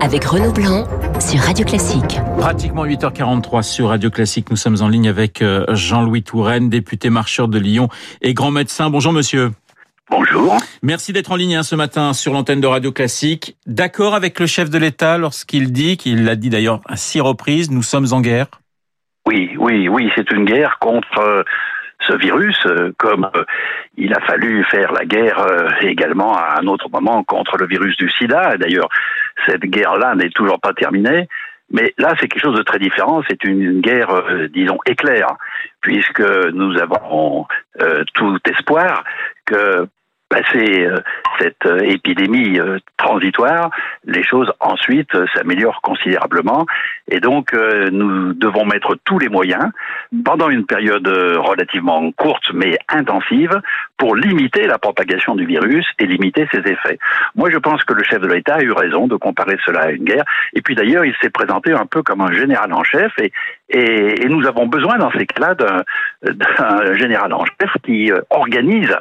avec Renaud Blanc sur Radio Classique. Pratiquement 8h43 sur Radio Classique. Nous sommes en ligne avec Jean-Louis Touraine, député marcheur de Lyon et grand médecin. Bonjour monsieur. Bonjour. Merci d'être en ligne ce matin sur l'antenne de Radio Classique. D'accord avec le chef de l'État lorsqu'il dit, qu'il l'a dit d'ailleurs à 6 reprises, nous sommes en guerre? Oui, c'est une guerre contre ce virus, comme il a fallu faire la guerre également à un autre moment contre le virus du sida. D'ailleurs, cette guerre-là n'est toujours pas terminée. Mais là, c'est quelque chose de très différent. C'est une guerre, disons, éclair, puisque nous avons tout espoir que passer cette épidémie transitoire, les choses ensuite s'améliorent considérablement. Et donc, nous devons mettre tous les moyens, pendant une période relativement courte mais intensive, pour limiter la propagation du virus et limiter ses effets. Moi, je pense que le chef de l'État a eu raison de comparer cela à une guerre. Et puis d'ailleurs, il s'est présenté un peu comme un général en chef. Et nous avons besoin, dans ces cas-là, d'un général en chef qui organise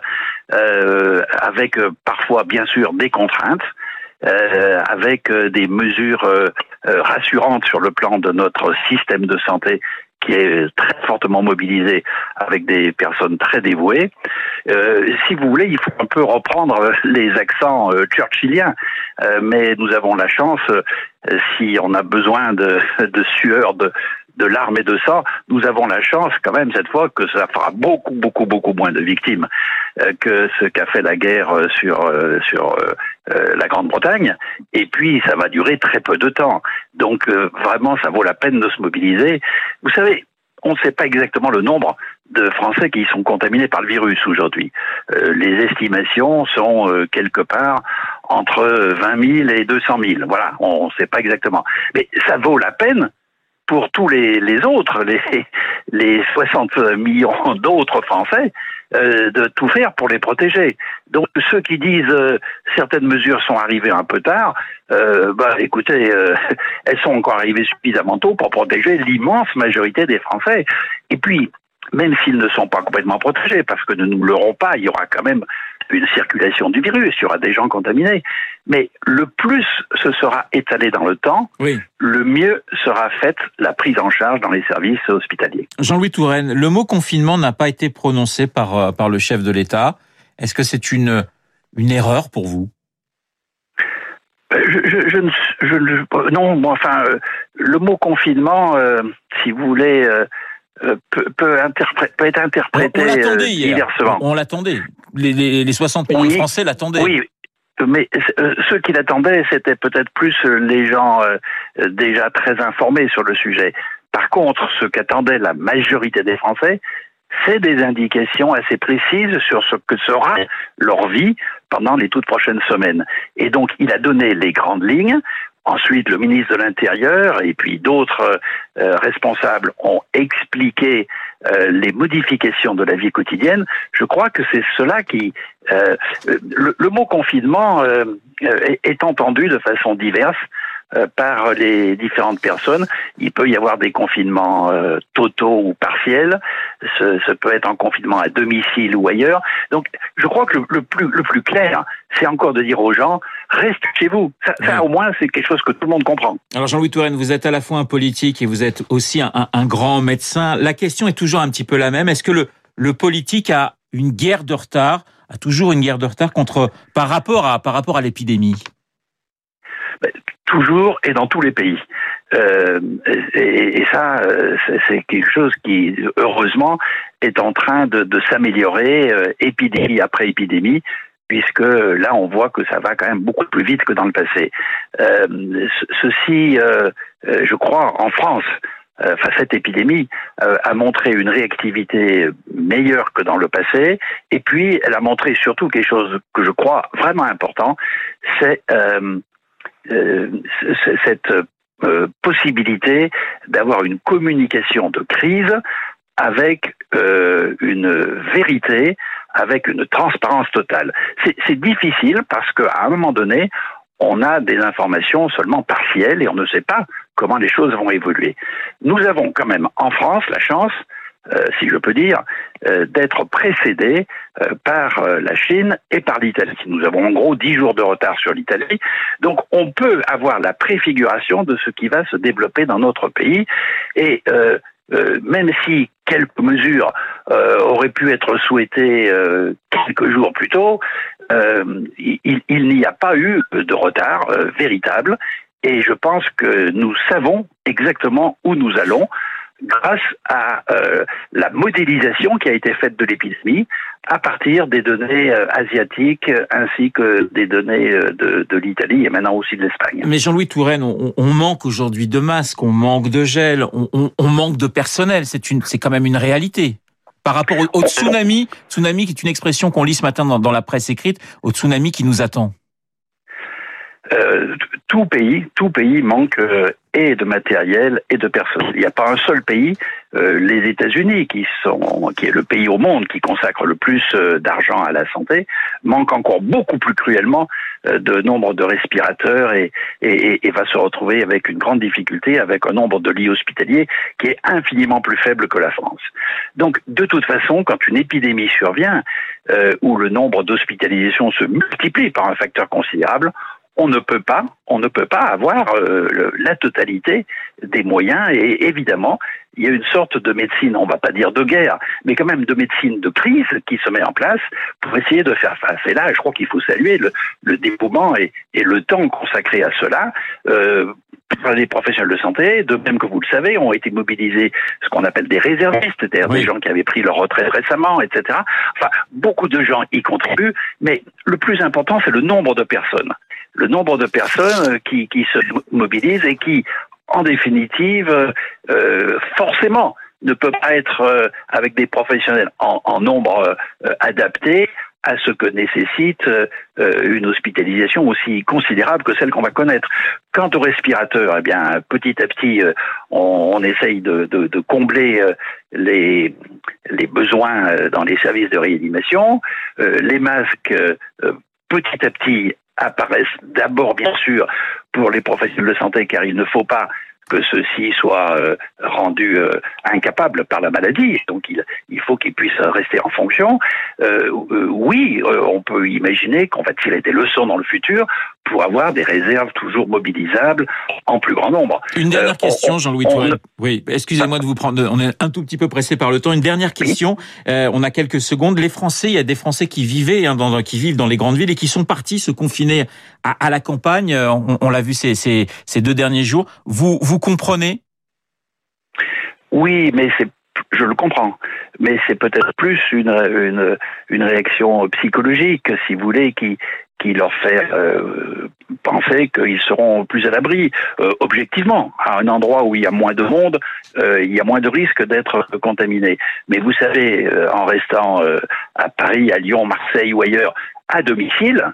avec parfois, bien sûr, des contraintes, avec des mesures rassurantes sur le plan de notre système de santé qui est très fortement mobilisé avec des personnes très dévouées. Si vous voulez, il faut un peu reprendre les accents churchilliens, mais nous avons la chance, si on a besoin de sueur, de larmes et de sang, nous avons la chance quand même cette fois que ça fera beaucoup moins de victimes que ce qu'a fait la guerre sur la Grande-Bretagne. Et puis ça va durer très peu de temps. Donc vraiment, ça vaut la peine de se mobiliser. Vous savez, on ne sait pas exactement le nombre de Français qui sont contaminés par le virus aujourd'hui. Les estimations sont quelque part entre 20 000 et 200 000. Voilà, on ne sait pas exactement. Mais ça vaut la peine pour tous les autres, les 60 millions d'autres Français, de tout faire pour les protéger. Donc ceux qui disent certaines mesures sont arrivées un peu tard, écoutez, elles sont encore arrivées suffisamment tôt pour protéger l'immense majorité des Français. Et puis, même s'ils ne sont pas complètement protégés, parce que ne nous leurrons pas, il y aura quand même une circulation du virus, il y aura des gens contaminés. Mais le plus ce sera étalé dans le temps, le mieux sera faite la prise en charge dans les services hospitaliers. Jean-Louis Touraine, le mot confinement n'a pas été prononcé par le chef de l'État. Est-ce que c'est une erreur pour vous? Le mot confinement, si vous voulez, peut être interprété diversement. On l'attendait. Les 60 millions de Français l'attendaient. Oui, mais ceux qui l'attendaient, c'était peut-être plus les gens déjà très informés sur le sujet. Par contre, ce qu'attendait la majorité des Français, c'est des indications assez précises sur ce que sera leur vie pendant les toutes prochaines semaines. Et donc, il a donné les grandes lignes. Ensuite, le ministre de l'Intérieur et puis d'autres responsables ont expliqué les modifications de la vie quotidienne. Je crois que c'est cela qui... le mot confinement est entendu de façon diverse par les différentes personnes. Il peut y avoir des confinements totaux ou partiels. Ce peut être un confinement à domicile ou ailleurs. Donc, je crois que le plus clair, c'est encore de dire aux gens, restez chez vous. Ça, au moins, c'est quelque chose que tout le monde comprend. Alors, Jean-Louis Touraine, vous êtes à la fois un politique et vous êtes aussi un grand médecin. La question est toujours un petit peu la même. Est-ce que le politique a une guerre de retard, a toujours une guerre de retard par rapport à l'épidémie? Toujours et dans tous les pays. Et ça, c'est quelque chose qui, heureusement, est en train de s'améliorer épidémie après épidémie, puisque là, on voit que ça va quand même beaucoup plus vite que dans le passé. Ceci, je crois, en France, cette épidémie a montré une réactivité meilleure que dans le passé, et puis elle a montré surtout quelque chose que je crois vraiment important, c'est cette possibilité d'avoir une communication de crise avec une vérité, avec une transparence totale. C'est difficile parce qu'à un moment donné, on a des informations seulement partielles et on ne sait pas comment les choses vont évoluer. Nous avons quand même en France la chance si je peux dire, d'être précédé par la Chine et par l'Italie. Nous avons en gros 10 jours de retard sur l'Italie. Donc on peut avoir la préfiguration de ce qui va se développer dans notre pays. Et même si quelques mesures auraient pu être souhaitées quelques jours plus tôt, il n'y a pas eu de retard véritable. Et je pense que nous savons exactement où nous allons grâce à la modélisation qui a été faite de l'épidémie à partir des données asiatiques ainsi que des données de l'Italie et maintenant aussi de l'Espagne. Mais Jean-Louis Touraine, on manque aujourd'hui de masques, on manque de gel, on manque de personnel. C'est quand même une réalité. Par rapport au tsunami qui est une expression qu'on lit ce matin dans la presse écrite, au tsunami qui nous attend. Tout pays manque et de matériel et de personnel. Il n'y a pas un seul pays, les États-Unis, qui est le pays au monde qui consacre le plus d'argent à la santé, manque encore beaucoup plus cruellement de nombre de respirateurs et va se retrouver avec une grande difficulté, avec un nombre de lits hospitaliers qui est infiniment plus faible que la France. Donc, de toute façon, quand une épidémie survient, où le nombre d'hospitalisations se multiplie par un facteur considérable, on ne peut pas avoir la totalité des moyens et évidemment, il y a une sorte de médecine, on va pas dire de guerre, mais quand même de médecine de crise qui se met en place pour essayer de faire face. Et là, je crois qu'il faut saluer le dévouement et le temps consacré à cela par les professionnels de santé, de même que vous le savez, ont été mobilisés ce qu'on appelle des réservistes, c'est-à-dire des gens qui avaient pris leur retraite récemment, etc. Enfin, beaucoup de gens y contribuent, mais le plus important, c'est le nombre de personnes. Le nombre de personnes qui se mobilisent et qui, en définitive, forcément, ne peut pas être avec des professionnels en nombre adapté à ce que nécessite une hospitalisation aussi considérable que celle qu'on va connaître. Quant au respirateur, eh bien, petit à petit, on essaye de combler les besoins dans les services de réanimation. Les masques, petit à petit, apparaissent d'abord, bien sûr, pour les professionnels de santé, car il ne faut pas que ceux-ci soient rendus incapables par la maladie. Donc, il faut qu'ils puissent rester en fonction. Oui, on peut imaginer qu'on va tirer des leçons dans le futur pour avoir des réserves toujours mobilisables en plus grand nombre. Une dernière question, Jean-Louis Touraine. Oui, excusez-moi de vous prendre, on est un tout petit peu pressé par le temps. Une dernière question, on a quelques secondes. Les Français, il y a des Français qui vivaient, qui vivent dans les grandes villes et qui sont partis se confiner à la campagne. On l'a vu ces 2 derniers jours. Vous comprenez ? Oui, mais je le comprends, mais c'est peut-être plus une réaction psychologique, si vous voulez, qui leur fait penser qu'ils seront plus à l'abri. Objectivement, à un endroit où il y a moins de monde, il y a moins de risques d'être contaminé. Mais vous savez, en restant à Paris, à Lyon, Marseille ou ailleurs, à domicile,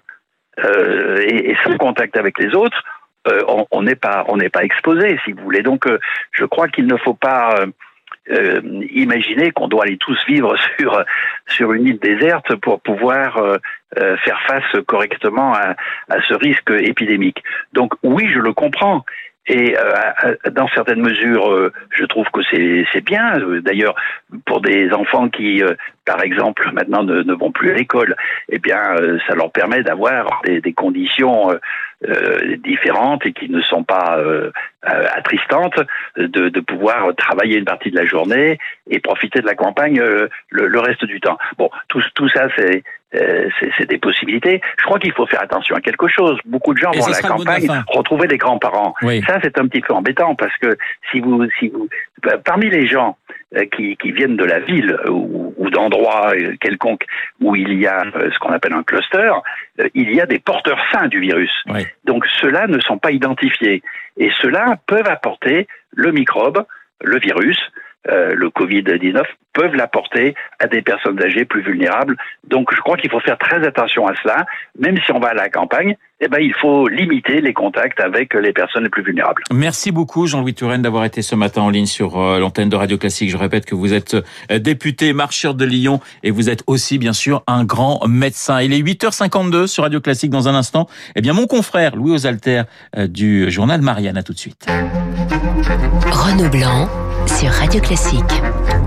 et sans contact avec les autres, on n'est pas exposé, si vous voulez. Donc, je crois qu'il ne faut pas imaginer qu'on doit aller tous vivre sur une île déserte pour pouvoir faire face correctement à ce risque épidémique. Donc, oui, je le comprends. Et dans certaines mesures, je trouve que c'est bien. D'ailleurs, pour des enfants qui, par exemple, maintenant ne vont plus à l'école, eh bien, ça leur permet d'avoir des conditions différentes et qui ne sont pas attristantes, de pouvoir travailler une partie de la journée et profiter de la campagne le reste du temps. Bon, tout ça, c'est des possibilités. Je crois qu'il faut faire attention à quelque chose. Beaucoup de gens vont à la campagne retrouver des grands-parents. Oui. Ça, c'est un petit peu embêtant parce que si vous parmi les gens qui viennent de la ville ou d'endroits quelconques où il y a ce qu'on appelle un cluster, il y a des porteurs sains du virus. Oui. Donc ceux-là ne sont pas identifiés et ceux-là peuvent apporter le microbe, le virus, le Covid-19, peuvent l'apporter à des personnes âgées plus vulnérables. Donc je crois qu'il faut faire très attention à cela. Même si on va à la campagne, il faut limiter les contacts avec les personnes les plus vulnérables. Merci beaucoup Jean-Louis Touraine d'avoir été ce matin en ligne sur l'antenne de Radio Classique. Je répète que vous êtes député marcheur de Lyon et vous êtes aussi bien sûr un grand médecin. Il est 8h52 sur Radio Classique. Dans un instant, mon confrère Louis aux Alters du journal Marianne. À tout de suite. Renaud Blanc sur Radio Classique.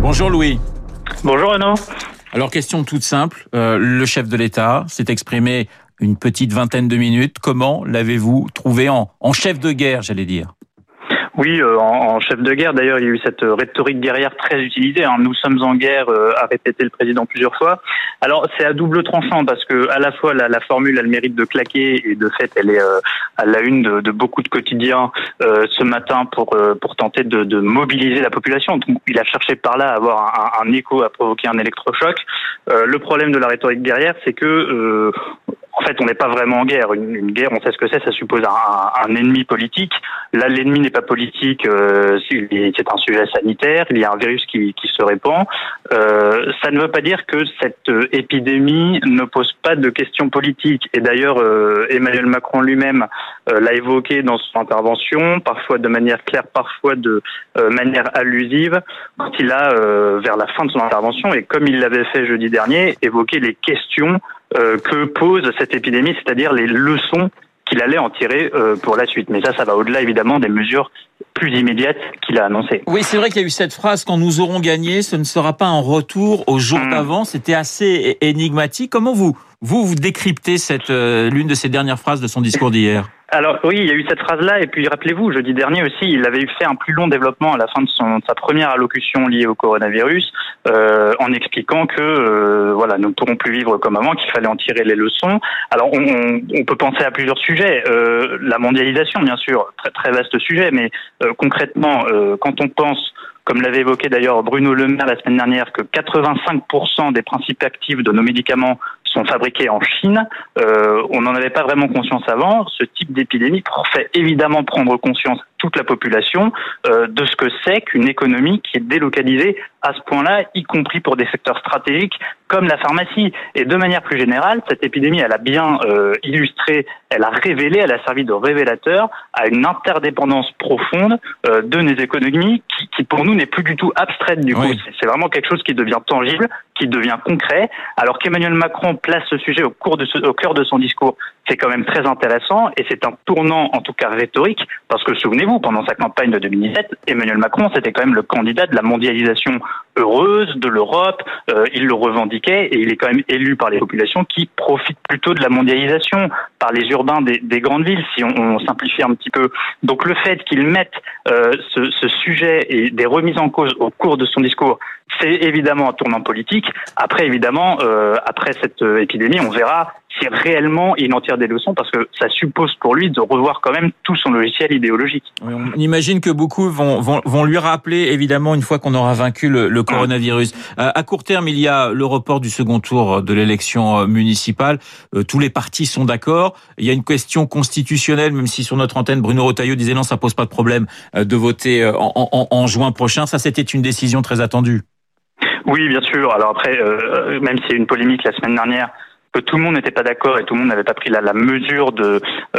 Bonjour Louis. Bonjour Renaud. Alors question toute simple, le chef de l'État s'est exprimé une petite vingtaine de minutes. Comment l'avez-vous trouvé en chef de guerre, j'allais dire ? Oui, en chef de guerre, d'ailleurs, il y a eu cette rhétorique guerrière très utilisée. Nous sommes en guerre, a répété le président plusieurs fois. Alors, c'est à double tranchant parce que à la fois la formule a le mérite de claquer et de fait, elle est à la une de beaucoup de quotidiens ce matin pour tenter de mobiliser la population. Donc, il a cherché par là à avoir un écho, à provoquer un électrochoc. Le problème de la rhétorique guerrière, c'est que en fait, on n'est pas vraiment en guerre. Une guerre, on sait ce que c'est, ça suppose un ennemi politique. Là, l'ennemi n'est pas politique, c'est un sujet sanitaire, il y a un virus qui se répand. Ça ne veut pas dire que cette épidémie ne pose pas de questions politiques. Et d'ailleurs, Emmanuel Macron lui-même l'a évoqué dans son intervention, parfois de manière claire, parfois de manière allusive, quand il a, vers la fin de son intervention, et comme il l'avait fait jeudi dernier, évoqué les questions que pose cette épidémie, c'est-à-dire les leçons qu'il allait en tirer pour la suite. Mais ça va au-delà évidemment des mesures plus immédiates qu'il a annoncées. Oui, c'est vrai qu'il y a eu cette phrase « Quand nous aurons gagné, ce ne sera pas un retour au jour d'avant ». C'était assez énigmatique. Comment vous décryptez l'une de ces dernières phrases de son discours d'hier ? Alors oui, il y a eu cette phrase-là, et puis rappelez-vous, jeudi dernier aussi, il avait fait un plus long développement à la fin de sa première allocution liée au coronavirus, en expliquant que nous ne pourrons plus vivre comme avant, qu'il fallait en tirer les leçons. Alors on peut penser à plusieurs sujets, la mondialisation bien sûr, très très vaste sujet, mais concrètement, quand on pense, comme l'avait évoqué d'ailleurs Bruno Le Maire la semaine dernière, que 85% des principes actifs de nos médicaments sont fabriqués en Chine, on n'en avait pas vraiment conscience avant. Ce type d'épidémie fait évidemment prendre conscience toute la population de ce que c'est qu'une économie qui est délocalisée à ce point-là, y compris pour des secteurs stratégiques comme la pharmacie. Et de manière plus générale, cette épidémie, elle a bien illustré, elle a révélé, elle a servi de révélateur à une interdépendance profonde de nos économies qui pour nous n'est plus du tout abstraite du coup. C'est vraiment quelque chose qui devient tangible, qui devient concret. Alors qu'Emmanuel Macron place ce sujet au cœur de son discours, c'est quand même très intéressant et c'est un tournant en tout cas rhétorique parce que souvenez-vous, pendant sa campagne de 2017, Emmanuel Macron c'était quand même le candidat de la mondialisation heureuse de l'Europe, il le revendiquait et il est quand même élu par les populations qui profitent plutôt de la mondialisation, par les urbains des grandes villes si on simplifie un petit peu. Donc le fait qu'il mette ce sujet et des remises en cause au cours de son discours, c'est évidemment un tournant politique. Après évidemment, après cette épidémie, on verra si réellement il en tire des leçons parce que ça suppose pour lui de revoir quand même tout son logiciel idéologique. Oui, on imagine que beaucoup vont lui rappeler évidemment une fois qu'on aura vaincu le coronavirus. À court terme, il y a le report du second tour de l'élection municipale. Tous les partis sont d'accord. Il y a une question constitutionnelle, même si sur notre antenne Bruno Retailleau disait non, ça pose pas de problème de voter en juin prochain. Ça, c'était une décision très attendue. Oui, bien sûr. Alors après, même s'il y a eu une polémique la semaine dernière, que tout le monde n'était pas d'accord et tout le monde n'avait pas pris la mesure de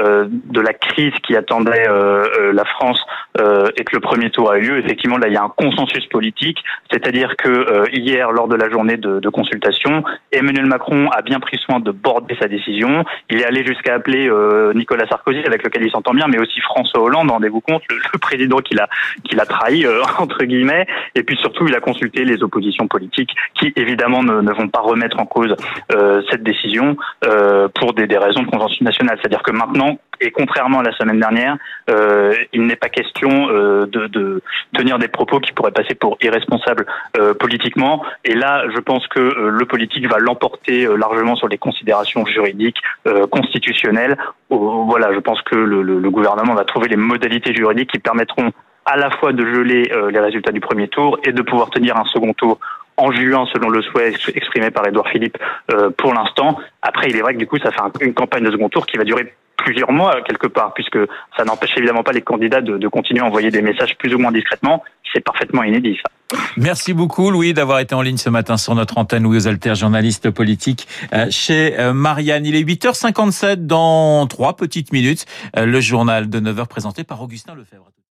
la crise qui attendait la France et que le premier tour a eu lieu. Effectivement, là, il y a un consensus politique, c'est-à-dire que hier, lors de la journée de consultation, Emmanuel Macron a bien pris soin de border sa décision. Il est allé jusqu'à appeler Nicolas Sarkozy, avec lequel il s'entend bien, mais aussi François Hollande, rendez-vous compte, le président qu'il a trahi, entre guillemets. Et puis surtout, il a consulté les oppositions politiques qui, évidemment, ne vont pas remettre en cause cette décision pour des raisons de consensus national. C'est-à-dire que maintenant, et contrairement à la semaine dernière, il n'est pas question de tenir des propos qui pourraient passer pour irresponsables politiquement. Et là, je pense que le politique va l'emporter largement sur les considérations juridiques, constitutionnelles. Voilà, je pense que le gouvernement va trouver les modalités juridiques qui permettront à la fois de geler les résultats du premier tour et de pouvoir tenir un second tour en juin, selon le souhait exprimé par Édouard Philippe pour l'instant. Après, il est vrai que du coup, ça fait une campagne de second tour qui va durer plusieurs mois quelque part, puisque ça n'empêche évidemment pas les candidats de continuer à envoyer des messages plus ou moins discrètement. C'est parfaitement inédit, ça. Merci beaucoup, Louis, d'avoir été en ligne ce matin sur notre antenne. Louis Osalter, journaliste politique chez Marianne. Il est 8h57 dans 3 petites minutes. Le journal de 9h présenté par Augustin Lefebvre.